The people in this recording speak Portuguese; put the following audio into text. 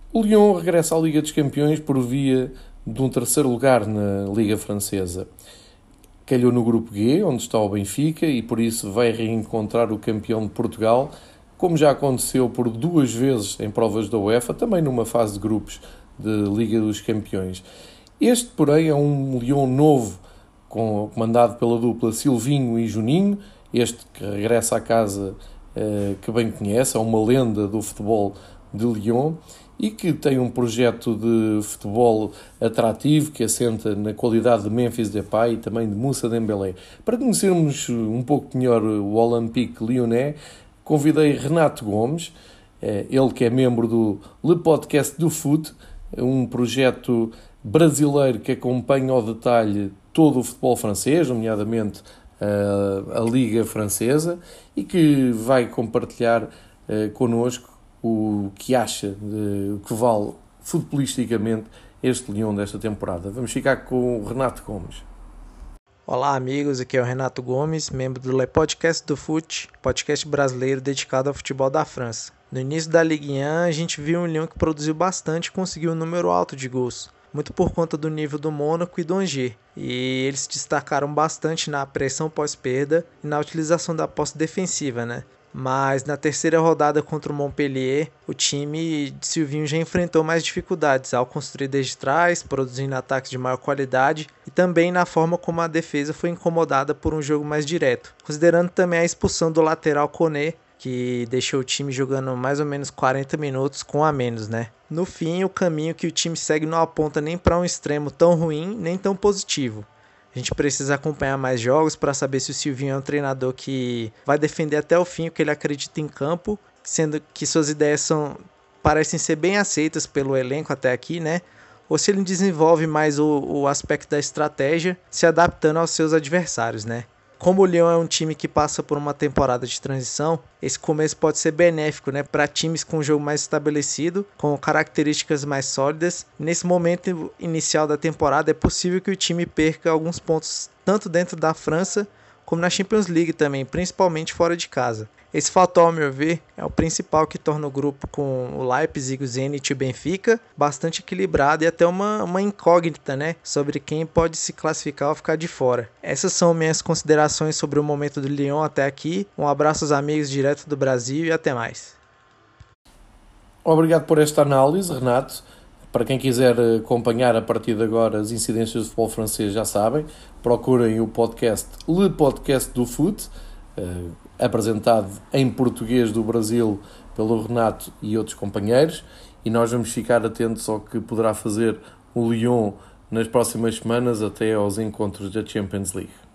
O Lyon regressa à Liga dos Campeões por via de um terceiro lugar na Liga Francesa. Calhou no grupo G, onde está o Benfica, e por isso vai reencontrar o campeão de Portugal, como já aconteceu por 2 vezes em provas da UEFA, também numa fase de grupos de Liga dos Campeões. Este, porém, é um Lyon novo, comandado pela dupla Silvinho e Juninho, este que regressa à casa que bem conhece, é uma lenda do futebol de Lyon, e que tem um projeto de futebol atrativo que assenta na qualidade de Memphis Depay e também de Moussa Dembélé. Para conhecermos um pouco melhor o Olympique Lyonnais, convidei Renato Gomes, ele que é membro do Le Podcast do Foot, um projeto brasileiro que acompanha ao detalhe todo o futebol francês, nomeadamente a Liga Francesa, e que vai compartilhar connosco o que acha, o que vale futebolisticamente este Lyon desta temporada. Vamos ficar com o Renato Gomes. Olá amigos, aqui é o Renato Gomes, membro do Le Podcast do Foot, podcast brasileiro dedicado ao futebol da França. No início da Ligue 1, a gente viu um Lyon que produziu bastante e conseguiu um número alto de gols, muito por conta do nível do Mônaco e do Angers, e eles se destacaram bastante na pressão pós-perda e na utilização da posse defensiva, Mas na terceira rodada contra o Montpellier, o time de Silvinho já enfrentou mais dificuldades ao construir desde trás, produzindo ataques de maior qualidade e também na forma como a defesa foi incomodada por um jogo mais direto, considerando também a expulsão do lateral Koné, que deixou o time jogando mais ou menos 40 minutos com a menos, No fim, o caminho que o time segue não aponta nem para um extremo tão ruim, nem tão positivo. A gente precisa acompanhar mais jogos para saber se o Silvinho é um treinador que vai defender até o fim o que ele acredita em campo, sendo que suas ideias parecem ser bem aceitas pelo elenco até aqui, Ou se ele desenvolve mais o aspecto da estratégia, se adaptando aos seus adversários, Como o Lyon é um time que passa por uma temporada de transição, esse começo pode ser benéfico, para times com um jogo mais estabelecido, com características mais sólidas. Nesse momento inicial da temporada, é possível que o time perca alguns pontos tanto dentro da França como na Champions League também, principalmente fora de casa. Esse fator, ao meu ver, é o principal que torna o grupo com o Leipzig, o Zenit e o Benfica bastante equilibrado e até uma incógnita, sobre quem pode se classificar ou ficar de fora. Essas são minhas considerações sobre o momento do Lyon até aqui. Um abraço aos amigos direto do Brasil e até mais. Obrigado por esta análise, Renato. Para quem quiser acompanhar a partir de agora as incidências do futebol francês, já sabem, procurem o podcast Le Podcast do Foot, apresentado em português do Brasil pelo Renato e outros companheiros, e nós vamos ficar atentos ao que poderá fazer o Lyon nas próximas semanas até aos encontros da Champions League.